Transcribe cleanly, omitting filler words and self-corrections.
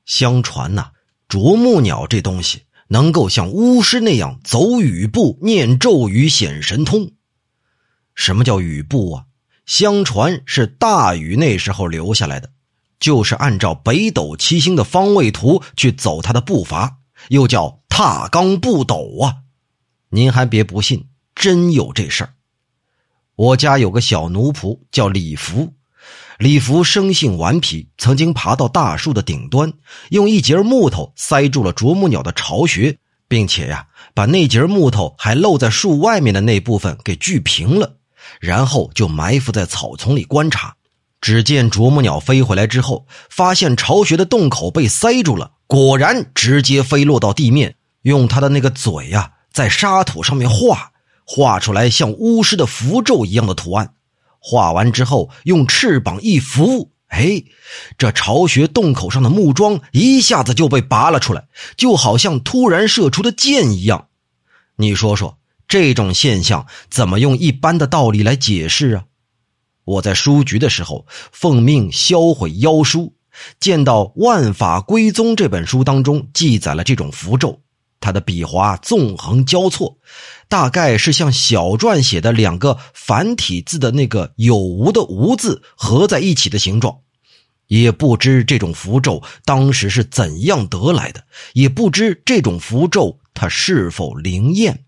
相传呐，啄木鸟这东西能够像巫师那样走雨步念咒语显神通。什么叫雨步啊？相传是大禹那时候留下来的，就是按照北斗七星的方位图去走他的步伐，又叫踏罡步斗啊。您还别不信，真有这事儿。我家有个小奴仆叫李福，李福生性顽皮，曾经爬到大树的顶端，用一截木头塞住了啄木鸟的巢穴，并且把那截木头还露在树外面的那部分给锯平了，然后就埋伏在草丛里观察。只见啄木鸟飞回来之后，发现巢穴的洞口被塞住了，果然直接飞落到地面，用它的那个嘴在沙土上面画出来像巫师的符咒一样的图案。画完之后用翅膀一拂，这巢穴洞口上的木桩一下子就被拔了出来，就好像突然射出的箭一样。你说说，这种现象怎么用一般的道理来解释啊？我在书局的时候奉命销毁妖书，见到《万法归宗》这本书当中记载了这种符咒，它的笔画纵横交错，大概是像小篆写的两个繁体字的那个有无的无字合在一起的形状。也不知这种符咒当时是怎样得来的，也不知这种符咒它是否灵验。